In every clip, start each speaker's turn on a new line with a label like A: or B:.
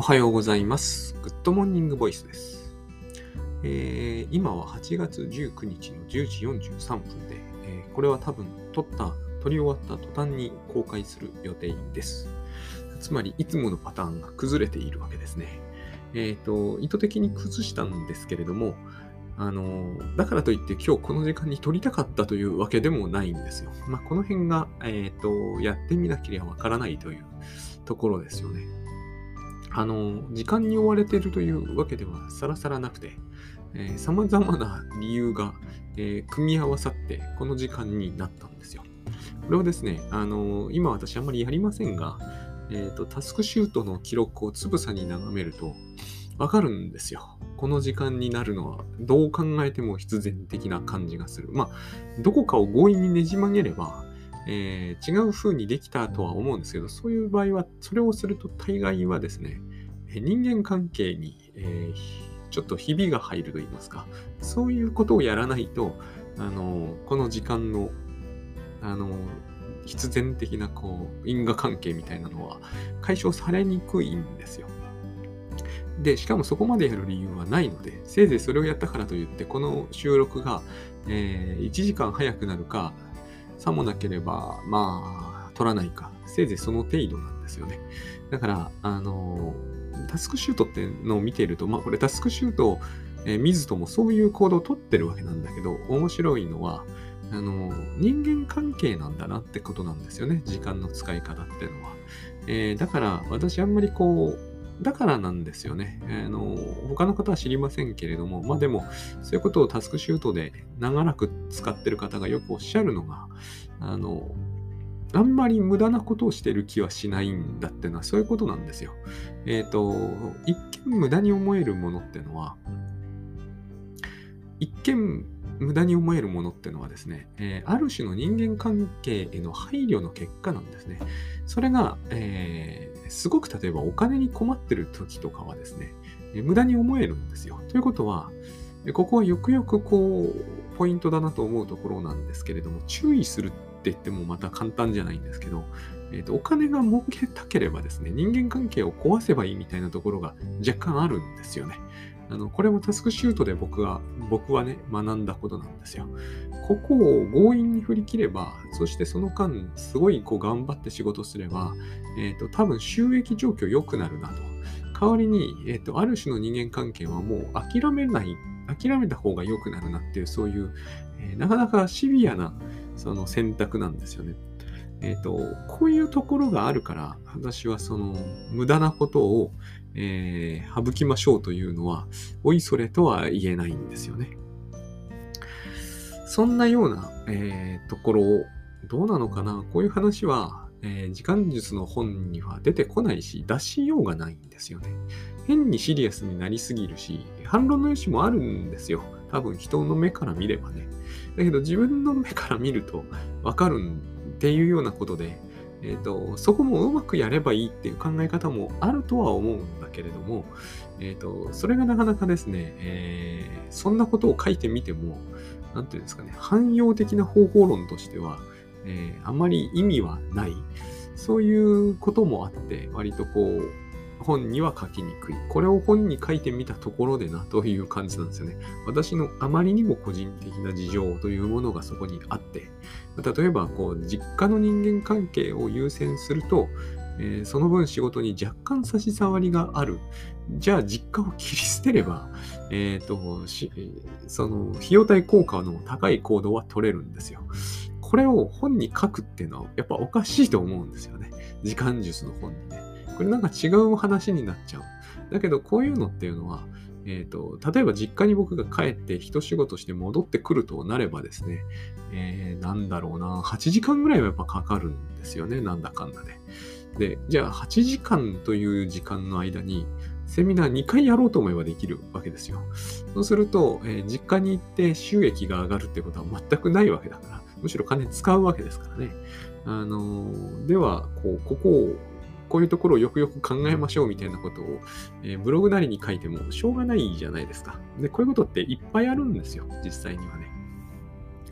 A: おはようございます。グッドモーニングボイスです。今は8月19日の10時43分で、これは多分撮り終わった途端に公開する予定です。つまり、いつものパターンが崩れているわけですね。意図的に崩したんですけれども、だからといって今日この時間に撮りたかったというわけでもないんですよ。この辺が、やってみなければわからないというところですよね。時間に追われているというわけではさらさらなくて、様々な理由が、組み合わさってこの時間になったんですよ。これをですね、今私あんまりやりませんが、タスクシュートの記録をつぶさに眺めるとわかるんですよ。この時間になるのはどう考えても必然的な感じがする。どこかを強引にねじ曲げれば、違う風にできたとは思うんですけど、そういう場合は、それをすると大概はですね、人間関係に、ちょっとひびが入ると言いますか、そういうことをやらないと、この時間の、あの、必然的な因果関係みたいなのは解消されにくいんですよ。で、しかもそこまでやる理由はないので、せいぜいそれをやったからといって、この収録が、1時間早くなるか、さもなければ、取らないか、せいぜいその程度なんですよね。だから、タスクシュートってのを見ていると、これタスクシュートを、見ずともそういう行動を取ってるわけなんだけど、面白いのは、人間関係なんだなってことなんですよね。時間の使い方っていうのは。だから私あんまりだからなんですよね。他の方は知りませんけれども、でも、そういうことをタスクシュートで長らく使ってる方がよくおっしゃるのが、あんまり無駄なことをしてる気はしないんだっていうのはそういうことなんですよ。一見無駄に思えるものってのは、ですね、ある種の人間関係への配慮の結果なんですね。それが、すごく例えばお金に困ってる時とかはですね、無駄に思えるんですよ。ということは、ここはよくよくポイントだなと思うところなんですけれども、注意するって言ってもまた簡単じゃないんですけど、お金が儲けたければですね、人間関係を壊せばいいみたいなところが若干あるんですよね。これもタスクシュートで僕はね、学んだことなんですよ。ここを強引に振り切れば、そしてその間、すごい頑張って仕事すれば、多分収益状況良くなるなと。代わりに、ある種の人間関係はもう諦めた方が良くなるなっていう、そういう、なかなかシビアなその選択なんですよね。こういうところがあるから、私はその無駄なことを、省きましょうというのは、おいそれとは言えないんですよね。そんなような、ところを、どうなのかな、こういう話は、時間術の本には出てこないし、出しようがないんですよね。変にシリアスになりすぎるし、反論の余地もあるんですよ。多分人の目から見ればね。だけど自分の目から見るとわかるっていうようなことで、そこもうまくやればいいっていう考え方もあるとは思うんだけれども、それがなかなかですね、そんなことを書いてみても、なんていうんですかね、汎用的な方法論としては、あまり意味はない。そういうこともあって、割と本には書きにくい。これを本に書いてみたところでなという感じなんですよね。私のあまりにも個人的な事情というものがそこにあって、例えば実家の人間関係を優先すると、その分仕事に若干差し障りがある。じゃあ実家を切り捨てれば、その費用対効果の高い行動は取れるんですよ。これを本に書くっていうのはやっぱおかしいと思うんですよね。時間術の本にね。これなんか違う話になっちゃう。だけどこういうのっていうのは、例えば実家に僕が帰って一仕事して戻ってくるとなればですね、なんだろうな、8時間ぐらいはやっぱかかるんですよね。なんだかんだで。で、じゃあ8時間という時間の間に、セミナー2回やろうと思えばできるわけですよ。そうすると、実家に行って収益が上がるってことは全くないわけだから、むしろ金使うわけですからね。では、こういうところをよくよく考えましょうみたいなことを、ブログなりに書いてもしょうがないじゃないですか。で、こういうことっていっぱいあるんですよ、実際にはね。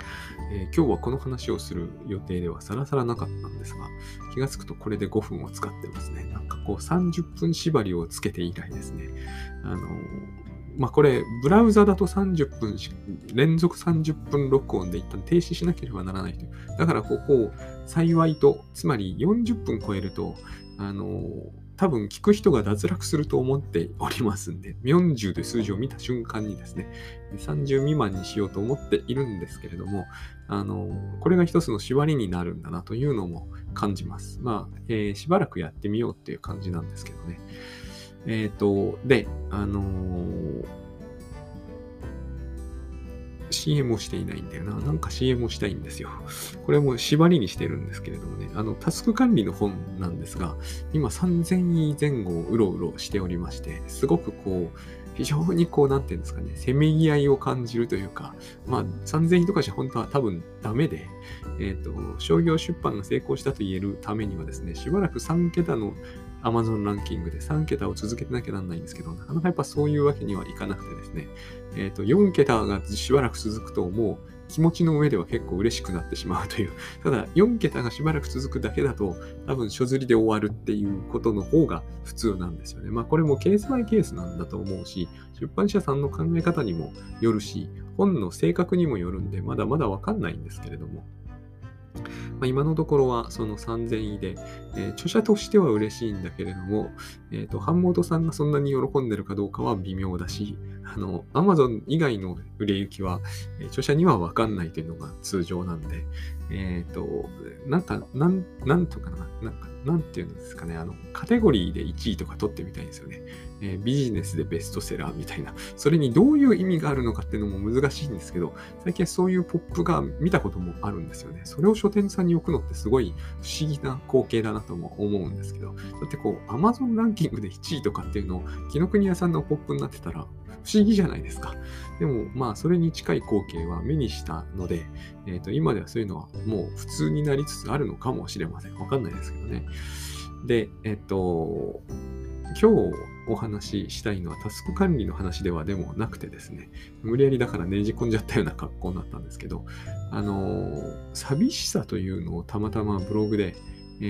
A: 今日はこの話をする予定ではさらさらなかったんですが、気がつくとこれで5分を使ってますね。なんかこう30分縛りをつけて以来ですね。これ、ブラウザだと30分連続30分録音で一旦停止しなければならないという。だからここを幸いと、つまり40分超えると、多分聞く人が脱落すると思っておりますんで、40で数字を見た瞬間にですね、30未満にしようと思っているんですけれども、これが一つの縛りになるんだなというのも感じます。しばらくやってみようっていう感じなんですけどね。で、CM をしていないんだよな。なんか CM をしたいんですよ。これも縛りにしてるんですけれどもね、タスク管理の本なんですが、今3000位前後をうろうろしておりまして、すごく非常になんていうんですかね、せめぎ合いを感じるというか、3000位とかじゃ本当は多分ダメで、商業出版が成功したと言えるためにはですね、しばらく3桁の Amazon ランキングで3桁を続けてなきゃなんないんですけど、なかなかやっぱそういうわけにはいかなくてですね、4桁がしばらく続くともう気持ちの上では結構嬉しくなってしまうという。ただ、4桁がしばらく続くだけだと、多分、所釣りで終わるっていうことの方が普通なんですよね。これもケースバイケースなんだと思うし、出版社さんの考え方にもよるし、本の性格にもよるんで、まだまだわかんないんですけれども。今のところはその3000位で、著者としては嬉しいんだけれども、版元さんがそんなに喜んでるかどうかは微妙だし、Amazon 以外の売れ行きは、著者には分かんないというのが通常なんで、なんとかな、なんていうんですかね、カテゴリーで1位とか取ってみたいんですよね。ビジネスでベストセラーみたいな。それにどういう意味があるのかっていうのも難しいんですけど、最近はそういうポップが見たこともあるんですよね。それを書店さんに置くのってすごい不思議な光景だなとも思うんですけど、だって Amazon ランキングで1位とかっていうのを、紀ノ国屋さんのポップになってたら不思議じゃないですか。でも、それに近い光景は目にしたので、今ではそういうのはもう普通になりつつあるのかもしれません。わかんないですけどね。で、今日お話ししたいのはタスク管理の話ではでもなくてですね、無理やりだからねじ込んじゃったような格好になったんですけど、寂しさというのをたまたまブログで、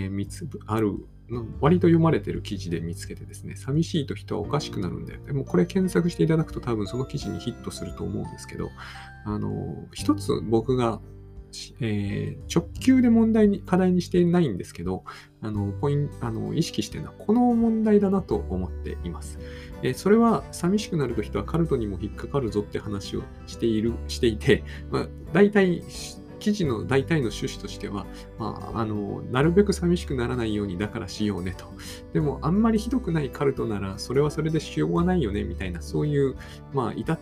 A: 割と読まれてる記事で見つけてですね、寂しいと人はおかしくなるんだよ。でもこれ検索していただくと多分その記事にヒットすると思うんですけど、一つ僕が直球で課題にしていないんですけど、意識しているのはこの問題だなと思っています。それは寂しくなると人はカルトにも引っかかるぞって話をしていて、大体記事の大体の趣旨としては、なるべく寂しくならないようにだからしようねと。でも、あんまりひどくないカルトなら、それはそれでしようがないよね、みたいな、そういう、至って、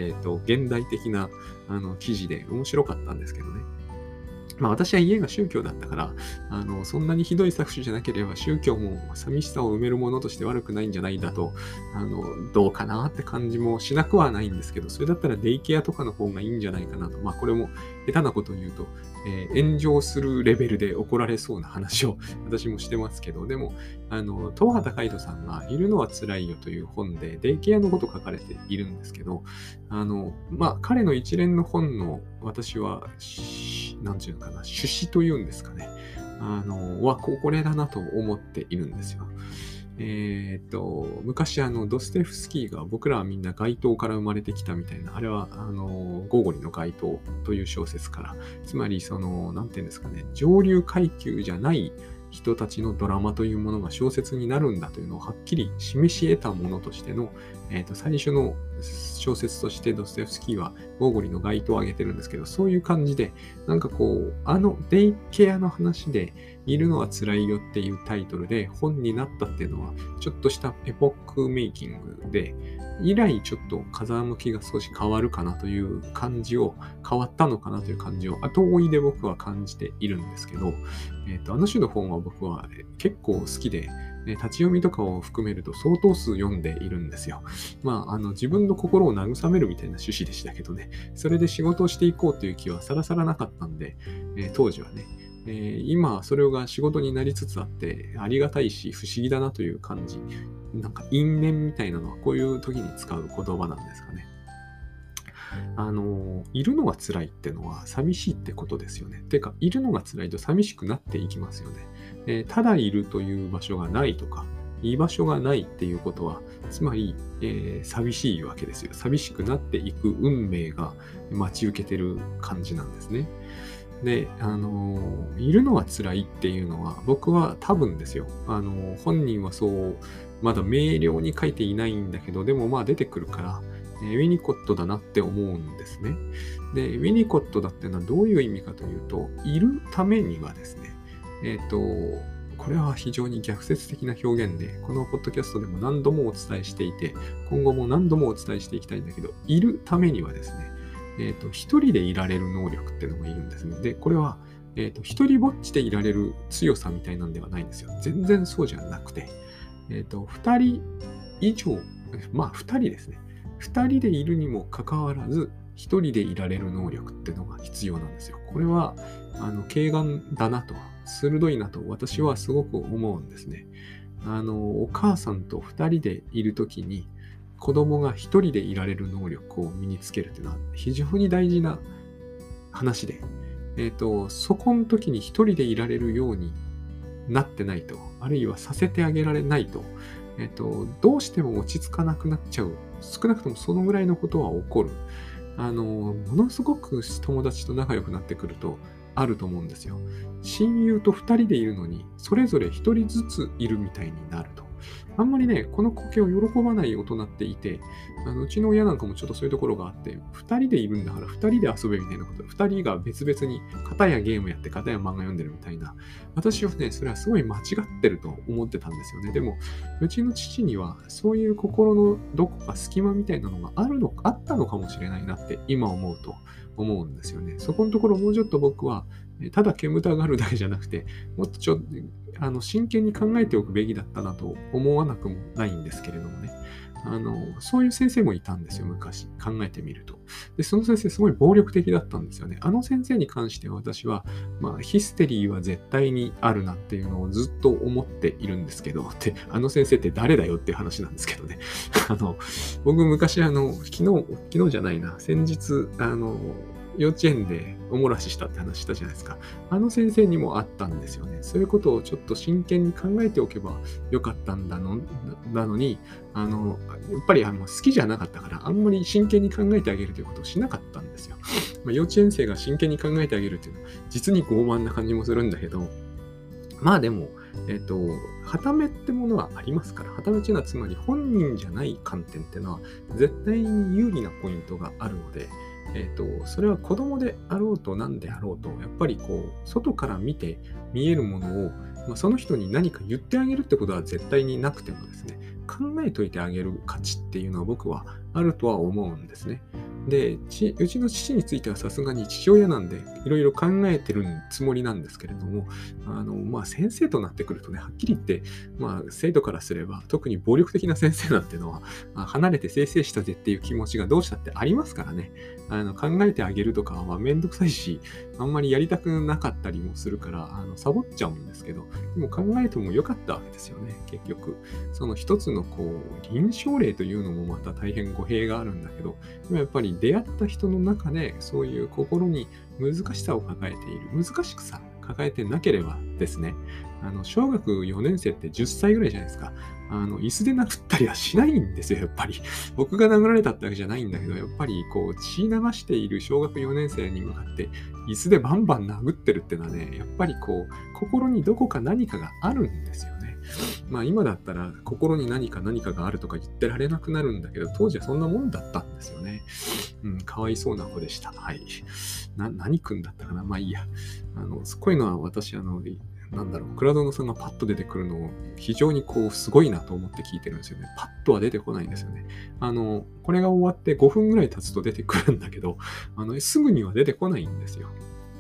A: 現代的な記事で面白かったんですけどね。私は家が宗教だったから、そんなにひどい搾取じゃなければ、宗教も寂しさを埋めるものとして悪くないんじゃないんだと、どうかなって感じもしなくはないんですけど、それだったらデイケアとかの方がいいんじゃないかなと。これも下手なことを言うと、炎上するレベルで怒られそうな話を私もしてますけど、でも、東畑海人さんがいるのは辛いよという本で、デイケアのこと書かれているんですけど、彼の一連の本の私は、なんていうのかな、趣旨というんですかね。これだなと思っているんですよ。昔ドステフスキーが僕らはみんな街頭から生まれてきたみたいな、あれはゴーゴリの街頭という小説から、つまりなんていうんですかね、上流階級じゃない人たちのドラマというものが小説になるんだというのをはっきり示し得たものとしての、最初の小説としてドストエフスキーはゴーゴリの街頭を挙げてるんですけど、そういう感じで、デイケアの話でいるのは辛いよっていうタイトルで本になったっていうのは、ちょっとしたエポックメイキングで、以来ちょっと風向きが少し変わるかなという感じを、変わったのかなという感じを後追いで僕は感じているんですけど、あの種の本は僕は結構好きで、立ち読みとかを含めると相当数読んでいるんですよ。自分の心を慰めるみたいな趣旨でしたけどね、それで仕事をしていこうという気はさらさらなかったんで、当時はね、今それが仕事になりつつあってありがたいし不思議だなという感じ、なんか因縁みたいなのはこういう時に使う言葉なんですかね。 いるのが辛いってのは寂しいってことですよね。てか、いるのが辛いと寂しくなっていきますよね。ただいるという場所がないとか、居場所がないっていうことは、つまり、寂しいわけですよ。寂しくなっていく運命が待ち受けてる感じなんですね。で、いるのは辛いっていうのは、僕は多分ですよ。本人はそう、まだ明瞭に書いていないんだけど、でもまあ出てくるから、ウィニコットだなって思うんですね。で、ウィニコットだってのはどういう意味かというと、いるためにはですね、これは非常に逆説的な表現で、このポッドキャストでも何度もお伝えしていて、今後も何度もお伝えしていきたいんだけど、いるためにはですね、一人でいられる能力っていうのがいるんですね。で、これは、一人ぼっちでいられる強さみたいなんではないんですよ。全然そうじゃなくて、二人以上、まあ二人ですね。二人でいるにもかかわらず、一人でいられる能力っていうのが必要なんですよ。これは、慧眼だなと、鋭いなと私はすごく思うんですね。お母さんと二人でいるときに、子供が一人でいられる能力を身につけるというのは非常に大事な話で、そこの時に一人でいられるようになってないと、あるいはさせてあげられないと、どうしても落ち着かなくなっちゃう。少なくともそのぐらいのことは起こる。ものすごく友達と仲良くなってくるとあると思うんですよ。親友と二人でいるのに、それぞれ一人ずついるみたいになると。あんまりね、この光景を喜ばない大人っていて、うちの親なんかもちょっとそういうところがあって、二人でいるんだから二人で遊べみたいなこと、二人が別々に片やゲームやって片や漫画読んでるみたいな、私はね、それはすごい間違ってると思ってたんですよね。でも、うちの父にはそういう心のどこか隙間みたいなのがあったのかもしれないなって今思うと思うんですよね。そこのところもうちょっと僕は、ただ煙たがるだけじゃなくて、もっと真剣に考えておくべきだったなと思わなくもないんですけれどもね。そういう先生もいたんですよ、昔。考えてみると。で、その先生、すごい暴力的だったんですよね。あの先生に関しては私は、ヒステリーは絶対にあるなっていうのをずっと思っているんですけど、で、あの先生って誰だよっていう話なんですけどね。僕昔、昨日じゃないな、先日、幼稚園でおもらししたって話したじゃないですか。あの先生にもあったんですよね。そういうことをちょっと真剣に考えておけばよかったんだのに、やっぱり好きじゃなかったから、あんまり真剣に考えてあげるということをしなかったんですよ。幼稚園生が真剣に考えてあげるっていうのは、実に傲慢な感じもするんだけど、まあでも、はためってものはありますから、はためっていうのはつまり本人じゃない観点っていうのは絶対に有利なポイントがあるので、それは子供であろうと何であろうと、やっぱり外から見て見えるものを、その人に何か言ってあげるってことは絶対になくてもですね、考えといてあげる価値っていうのは僕はあるとは思うんですね。で、うちの父についてはさすがに父親なんで、いろいろ考えてるつもりなんですけれども、先生となってくるとね、はっきり言って、生徒からすれば、特に暴力的な先生なんてのは、離れてせいせいしたぜっていう気持ちがどうしたってありますからね。考えてあげるとかはめんどくさいし、あんまりやりたくなかったりもするから、サボっちゃうんですけど、でも考えてもよかったわけですよね、結局。その一つの臨床例というのもまた大変語弊があるんだけど、やっぱり出会った人の中でそういう心に難しさを抱えている。難しくさ抱えてなければですね、小学4年生って10歳ぐらいじゃないですか。椅子で殴ったりはしないんですよ、やっぱり。僕が殴られたってわけじゃないんだけど、やっぱり血流している小学4年生に向かって、椅子でバンバン殴ってるってのはね、やっぱり心にどこか何かがあるんですよね。今だったら心に何かがあるとか言ってられなくなるんだけど、当時はそんなもんだったんですよね。かわいそうな子でした。はい。何君だったかな。いいや。こういうのは私、倉園さんがパッと出てくるのを非常にすごいなと思って聞いてるんですよね。パッとは出てこないんですよね。これが終わって5分ぐらい経つと出てくるんだけど、すぐには出てこないんですよ。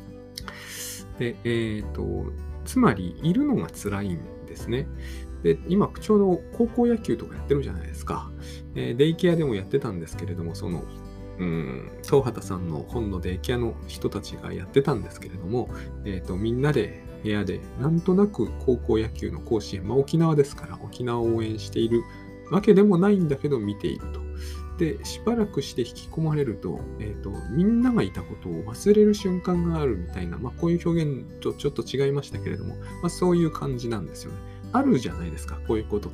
A: で、つまり、いるのが辛いんですね。で、今、ちょうど高校野球とかやってるじゃないですか。デイケアでもやってたんですけれども、東畑さんの本のデイケアの人たちがやってたんですけれども、みんなで部屋で、なんとなく高校野球の甲子園、沖縄ですから、沖縄を応援しているわけでもないんだけど、見ていると。 で、しばらくして引き込まれると、みんながいたことを忘れる瞬間があるみたいな、こういう表現とちょっと違いましたけれども、そういう感じなんですよね。あるじゃないですか、こういうことって。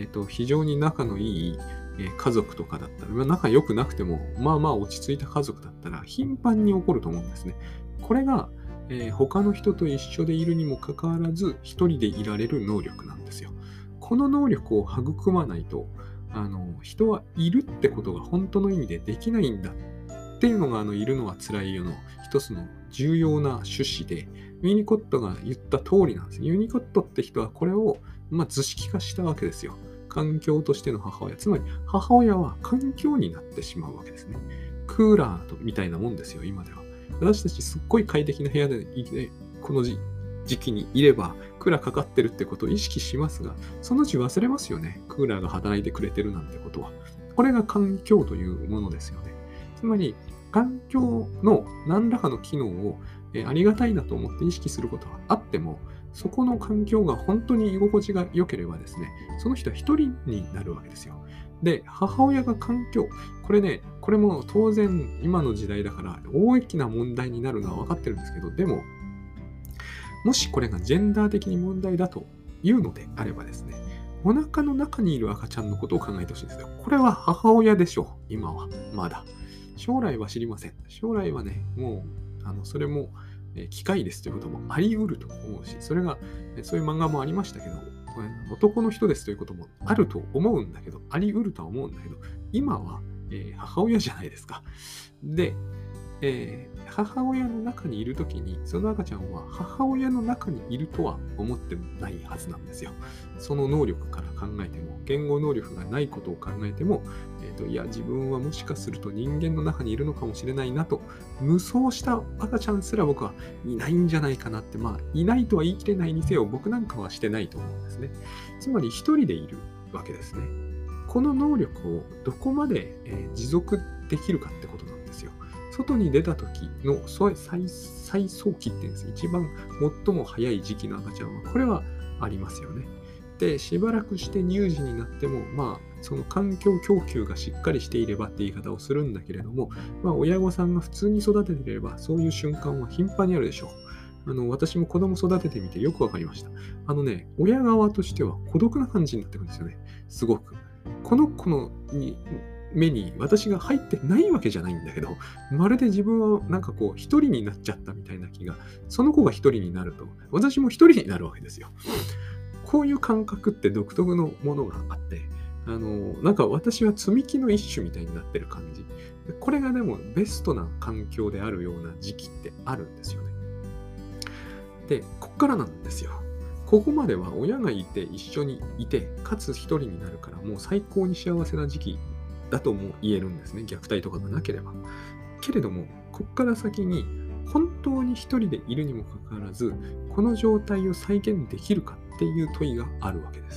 A: 非常に仲のいい家族とかだったら、仲良くなくても、落ち着いた家族だったら、頻繁に起こると思うんですね。これが、他の人と一緒でいるにもかかわらず、一人でいられる能力なんですよ。この能力を育まないと、人はいるってことが本当の意味でできないんだっていうのが、いるのは辛いよの一つの重要な趣旨で、ユニコットが言った通りなんです。ユニコットって人はこれを、図式化したわけですよ。環境としての母親。つまり、母親は環境になってしまうわけですね。クーラーみたいなもんですよ、今では。私たちすっごい快適な部屋で、この時期にいれば、クーラーかかってるってことを意識しますが、そのうち忘れますよね。クーラーが働いてくれてるなんてことは。これが環境というものですよね。つまり、環境の何らかの機能をありがたいなと思って意識することはあっても、そこの環境が本当に居心地が良ければですね、その人は一人になるわけですよ。で、母親が環境、これも当然今の時代だから大きな問題になるのは分かってるんですけど、でも、もしこれがジェンダー的に問題だというのであればですね、お腹の中にいる赤ちゃんのことを考えてほしいんですよ。これは母親でしょう、今は。まだ。将来は知りません。将来はね、もう、それも機械ですということもあり得ると思うし、それが、そういう漫画もありましたけど、男の人ですということもあると思うんだけど、あり得るとは思うんだけど、今は、母親じゃないですか。で、母親の中にいるときに、その赤ちゃんは母親の中にいるとは思ってないはずなんですよ。その能力から考えても、言語能力がないことを考えても、いや、自分はもしかすると人間の中にいるのかもしれないなと、無双した赤ちゃんすら僕はいないんじゃないかなって、いないとは言い切れないにせよ、僕なんかはしてないと思うんですね。つまり一人でいるわけですね。この能力をどこまで、持続できるかってことなんですよ。外に出た時の最早期っていうんです。一番最も早い時期の赤ちゃんは、これはありますよね。で、しばらくして乳児になっても、その環境供給がしっかりしていればって言い方をするんだけれども、親御さんが普通に育てていれば、そういう瞬間は頻繁にあるでしょう。私も子供育ててみてよくわかりました。親側としては孤独な感じになってくるんですよね。すごく。この子の目に私が入ってないわけじゃないんだけど、まるで自分は一人になっちゃったみたいな気が、その子が一人になると、私も一人になるわけですよ。こういう感覚って独特のものがあって、私は積み木の一種みたいになってる感じ。これがでもベストな環境であるような時期ってあるんですよね。で、こっからなんですよ。ここまでは親がいて一緒にいて、かつ一人になるからもう最高に幸せな時期だとも言えるんですね。虐待とかがなければ。けれども、こっから先に本当に一人でいるにもかかわらず、この状態を再現できるかっていう問いがあるわけです。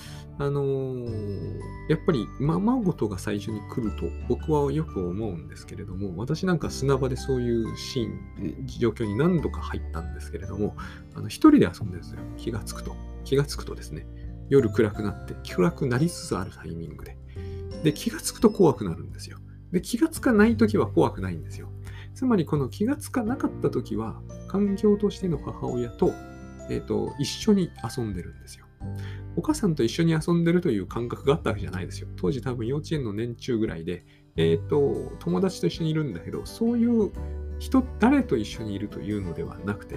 A: やっぱりままごとが最初に来ると僕はよく思うんですけれども、私なんか砂場でそういう状況に何度か入ったんですけれども、一人で遊んでるんですよ。気がつくとですね、夜暗くなって暗くなりつつあるタイミングで。で、気がつくと怖くなるんですよ。で、気がつかないときは怖くないんですよ。つまりこの気がつかなかったときは、環境としての母親と、一緒に遊んでるんですよ。お母さんと一緒に遊んでるという感覚があったわけじゃないですよ。当時多分幼稚園の年中ぐらいで、友達と一緒にいるんだけど、そういう誰と一緒にいるというのではなくて、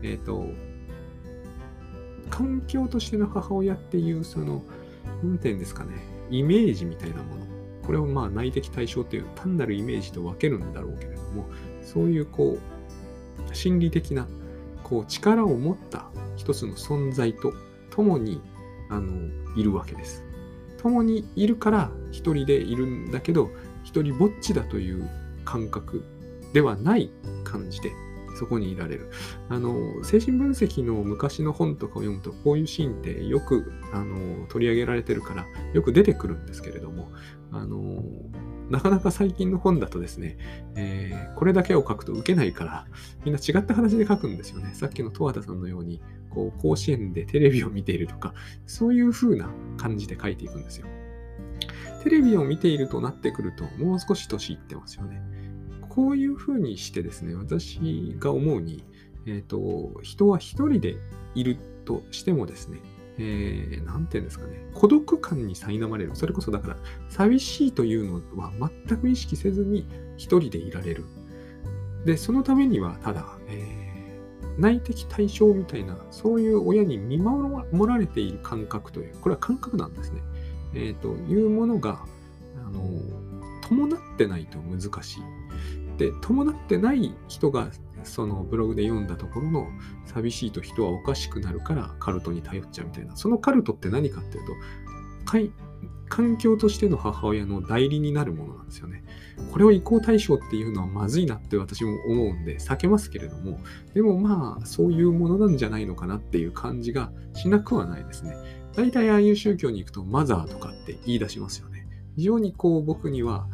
A: 環境としての母親っていう、なんていうんですかね、イメージみたいなもの。これを内的対象という単なるイメージと分けるんだろうけれども、そういう心理的な力を持った一つの存在と共にいるわけです。共にいるから一人でいるんだけど、一人ぼっちだという感覚ではない感じでそこにいられる。精神分析の昔の本とかを読むと、こういうシーンってよく取り上げられてるからよく出てくるんですけれども、なかなか最近の本だとですね、これだけを書くと受けないから、みんな違った形で書くんですよね。さっきの十和田さんのように、甲子園でテレビを見ているとか、そういう風な感じで書いていくんですよ。 テレビを見ているとなってくると、もう少し年いってますよね。こういうふうにしてですね、私が思うに、人は一人でいるとしてもですね、なんていうんですかね、孤独感に苛まれる。それこそだから、寂しいというのは全く意識せずに一人でいられる。で、そのためには、ただ、内的対象みたいな、そういう親に見守られている感覚という、これは感覚なんですね。いうものが、伴ってないと難しい。で、伴ってない人が、そのブログで読んだところの、寂しいと人はおかしくなるからカルトに頼っちゃうみたいな。そのカルトって何かっていうと、環境としての母親の代理になるものなんですよね。これを移行対象っていうのはまずいなって私も思うんで避けますけれども、でもまあそういうものなんじゃないのかなっていう感じがしなくはないですね。大体ああいう宗教に行くとマザーとかって言い出しますよね。非常にこう僕には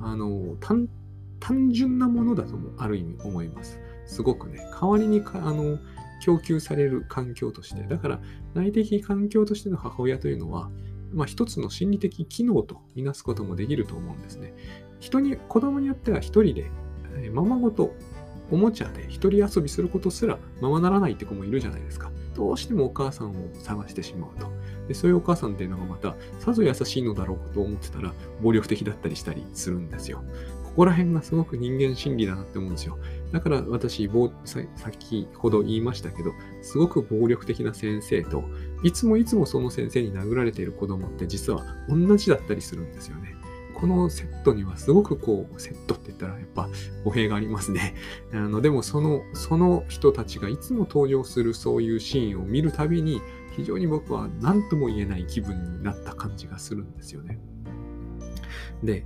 A: 単純なものだともある意味思います。すごくね、代わりに供給される環境として、だから内的環境としての母親というのは、一つの心理的機能とみなすこともできると思うんですね。子供によっては一人で、ままごと、おもちゃで一人遊びすることすらままならないって子もいるじゃないですか。どうしてもお母さんを探してしまうと。で、そういうお母さんっていうのがまた、さぞ優しいのだろうと思ってたら、暴力的だったりしたりするんですよ。ここら辺がすごく人間心理だなって思うんですよ。だから私、先ほど言いましたけど、すごく暴力的な先生と、いつもその先生に殴られている子供って実は同じだったりするんですよね。このセットにはすごくセットって言ったらやっぱ語弊がありますね。でもその人たちがいつも登場するそういうシーンを見るたびに非常に僕は何とも言えない気分になった感じがするんですよね。で、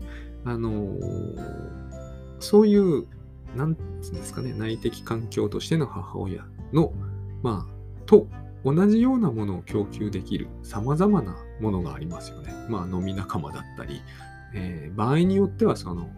A: そういう、なんですかね、内的環境としての母親の、と同じようなものを供給できる様々なものがありますよね。飲み仲間だったり、場合によっては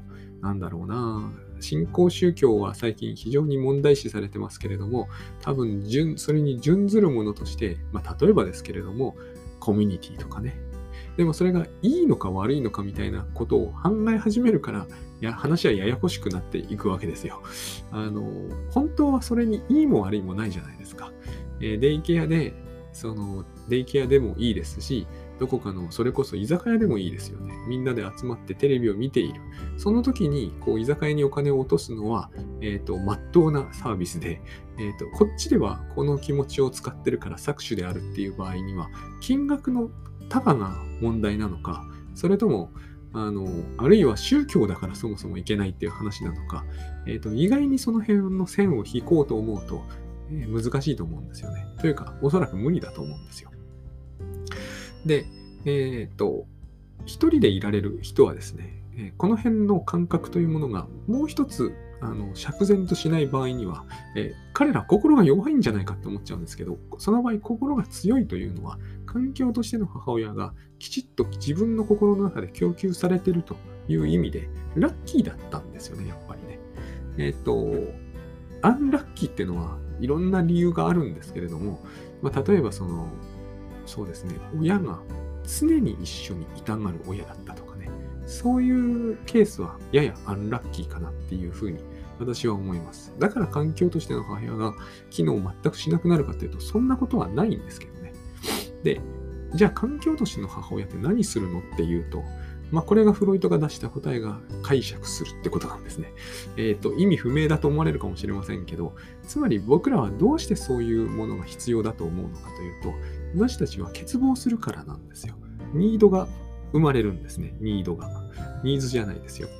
A: 新興宗教は最近非常に問題視されてますけれども、多分それに準ずるものとして、例えばですけれども、コミュニティとかね。でもそれがいいのか悪いのかみたいなことを考え始めるから、話はややこしくなっていくわけですよ。本当はそれにいいも悪いもないじゃないですか。デイケアでもいいですし、どこかの、それこそ居酒屋でもいいですよね。みんなで集まってテレビを見ている。その時に、居酒屋にお金を落とすのは、まっとうなサービスで、こっちではこの気持ちを使ってるから搾取であるっていう場合には、金額の高が問題なのか、それとも、あるいは宗教だからそもそもいけないっていう話なのか、意外にその辺の線を引こうと思うと、難しいと思うんですよね。というか、おそらく無理だと思うんですよ。で、一人でいられる人はですね、この辺の感覚というものがもう一つ釈然としない場合には、彼ら心が弱いんじゃないかって思っちゃうんですけど、その場合心が強いというのは、環境としての母親がきちっと自分の心の中で供給されているという意味で、ラッキーだったんですよね、やっぱりね。アンラッキーっていうのはいろんな理由があるんですけれども、例えばそうですね、親が常に一緒にいたがる親だったとかね、そういうケースはややアンラッキーかなっていうふうに私は思います。だから環境としての母親が機能を全くしなくなるかというと、そんなことはないんですけどね。で、じゃあ環境としての母親って何するのっていうと、これがフロイトが出した答えが解釈するってことなんですね。意味不明だと思われるかもしれませんけど、つまり僕らはどうしてそういうものが必要だと思うのかというと、私たちは欠乏するからなんですよ。ニードが生まれるんですね。ニーズじゃないですよ。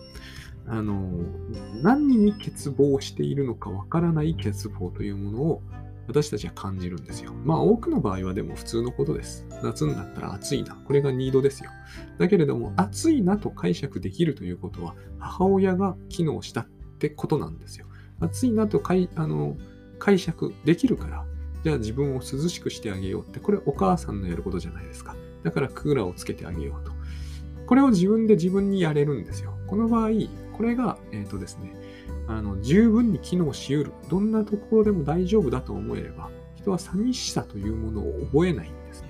A: 何に欠乏しているのかわからない欠乏というものを私たちは感じるんですよ。多くの場合はでも普通のことです。夏になったら暑いな。これがニードですよ。だけれども、暑いなと解釈できるということは、母親が機能したってことなんですよ。暑いなと解釈できるから、じゃあ自分を涼しくしてあげようって、これお母さんのやることじゃないですか。だからクーラーをつけてあげようと。これを自分で自分にやれるんですよ。この場合、これが、ですね、十分に機能し得る。どんなところでも大丈夫だと思えれば、人は寂しさというものを覚えないんですね。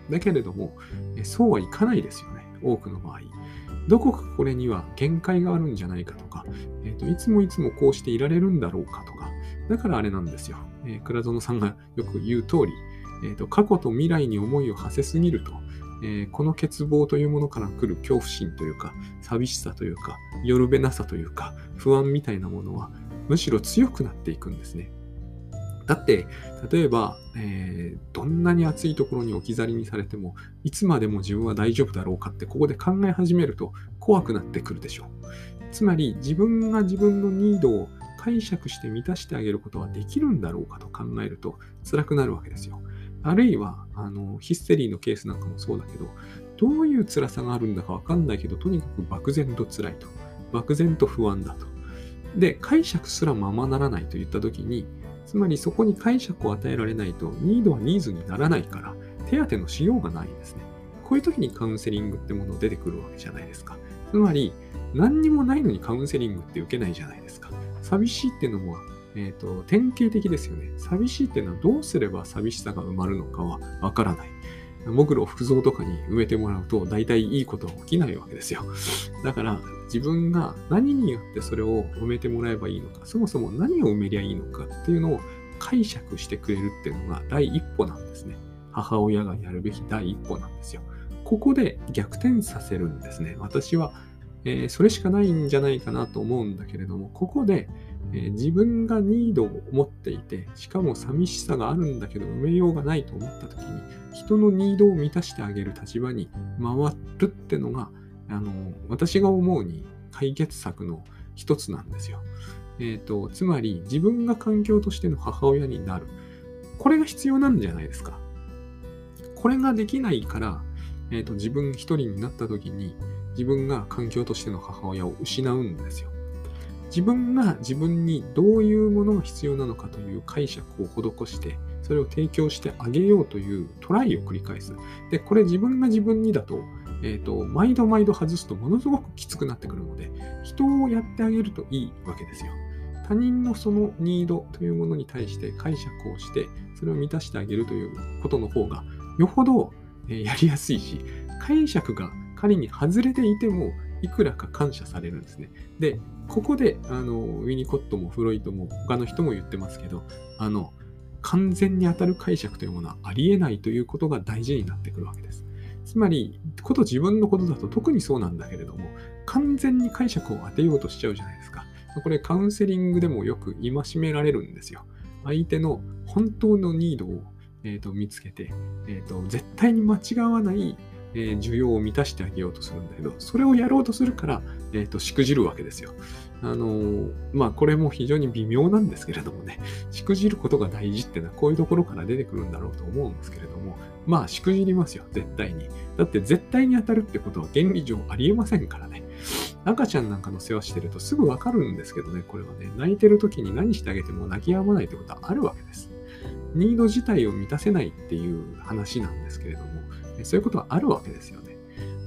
A: だけれども、そうはいかないですよね。多くの場合。どこかこれには限界があるんじゃないかとか、いつもいつもこうしていられるんだろうかとか、だからあれなんですよ。倉園さんがよく言う通り、過去と未来に思いを馳せすぎると、この欠乏というものから来る恐怖心というか、寂しさというか、よるべなさというか、不安みたいなものは、むしろ強くなっていくんですね。だって、例えば、どんなに暑いところに置き去りにされても、いつまでも自分は大丈夫だろうかって、ここで考え始めると怖くなってくるでしょう。つまり、自分が自分のニードを解釈して満たしてあげることはできるんだろうかと考えると辛くなるわけですよ。あるいは、ヒステリーのケースなんかもそうだけど、どういう辛さがあるんだかわかんないけど、とにかく漠然と辛いと。漠然と不安だと。で、解釈すらままならないといったときに、つまりそこに解釈を与えられないと、ニードはニーズにならないから、手当てのしようがないんですね。こういう時にカウンセリングってもの出てくるわけじゃないですか。つまり、何にもないのにカウンセリングって受けないじゃないですか。寂しいっていうのも、典型的ですよね。寂しいっていうのはどうすれば寂しさが埋まるのかはわからない。木炉福蔵とかに埋めてもらうと大体いいことは起きないわけですよ。だから自分が何によってそれを埋めてもらえばいいのか、そもそも何を埋めりゃいいのかっていうのを解釈してくれるっていうのが第一歩なんですね。母親がやるべき第一歩なんですよ。ここで逆転させるんですね。私は、それしかないんじゃないかなと思うんだけれども、ここで、自分がニードを持っていて、しかも寂しさがあるんだけど埋めようがないと思った時に、人のニードを満たしてあげる立場に回るってのが、私が思うに解決策の一つなんですよ。つまり自分が環境としての母親になる。これが必要なんじゃないですか。これができないから、自分一人になった時に自分が環境としての母親を失うんですよ。自分が自分にどういうものが必要なのかという解釈を施して、それを提供してあげようというトライを繰り返す。で、これ自分が自分にだと、毎度毎度外すとものすごくきつくなってくるので、人をやってあげるといいわけですよ。他人のそのニードというものに対して解釈をして、それを満たしてあげるということの方が、よほどやりやすいし、解釈が仮に外れていても、いくらか感謝されるんですね。で、ここで、ウィニコットもフロイトも他の人も言ってますけど、完全に当たる解釈というものはありえないということが大事になってくるわけです。つまり、こと自分のことだと特にそうなんだけれども、完全に解釈を当てようとしちゃうじゃないですか。これカウンセリングでもよく戒められるんですよ。相手の本当のニードを、見つけて、絶対に間違わない需要を満たしてあげようとするんだけど、それをやろうとするから、しくじるわけですよ。これも非常に微妙なんですけれどもね、しくじることが大事っていうのはこういうところから出てくるんだろうと思うんですけれども、しくじりますよ、絶対に。だって絶対に当たるってことは原理上ありえませんからね。赤ちゃんなんかの世話してるとすぐわかるんですけどね、これはね、泣いてる時に何してあげても泣き止まないってことはあるわけです。ニード自体を満たせないっていう話なんですけれども、そういうことはあるわけですよね。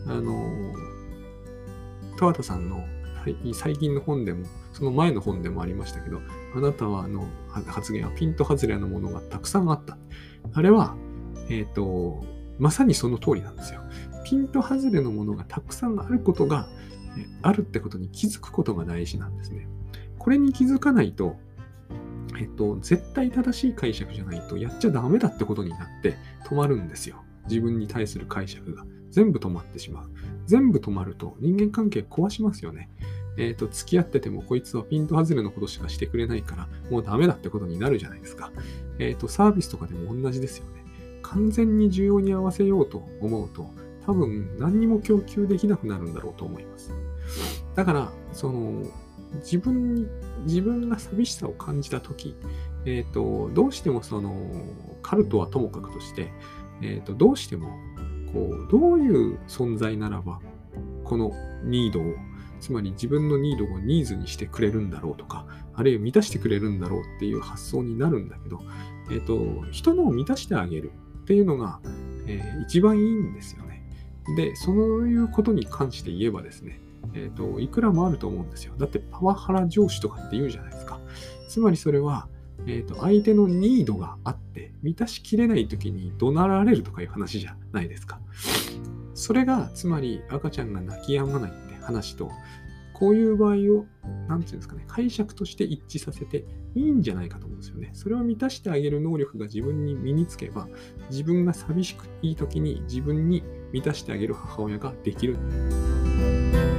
A: 川田さんの最近の本でも、その前の本でもありましたけど、あなたは発言はピント外れのものがたくさんあった。あれは、まさにその通りなんですよ。ピント外れのものがたくさんあることが、あるってことに気づくことが大事なんですね。これに気づかないと、絶対正しい解釈じゃないとやっちゃダメだってことになって止まるんですよ。自分に対する解釈が全部止まってしまう。全部止まると人間関係壊しますよね。付き合っててもこいつはピント外れのことしかしてくれないからもうダメだってことになるじゃないですか。サービスとかでも同じですよね。完全に需要に合わせようと思うと多分何にも供給できなくなるんだろうと思います。だから自分が寂しさを感じたとき、どうしてもカルトはともかくとして、どうしてもどういう存在ならばこのニードを、つまり自分のニードをニーズにしてくれるんだろうとか、あるいは満たしてくれるんだろうっていう発想になるんだけど、人のを満たしてあげるっていうのが、一番いいんですよね。で、そういうことに関して言えばですね、いくらもあると思うんですよ。だってパワハラ上司とかって言うじゃないですか。つまりそれは、 相手のニードがあって、満たしきれない時に怒鳴られるとかいう話じゃないですか。それが、つまり赤ちゃんが泣き止まないって話と、こういう場合を、なんていうんですかね、解釈として一致させていいんじゃないかと思うんですよね。それを満たしてあげる能力が自分に身につけば、自分が寂しくいい時に自分に満たしてあげる母親ができる。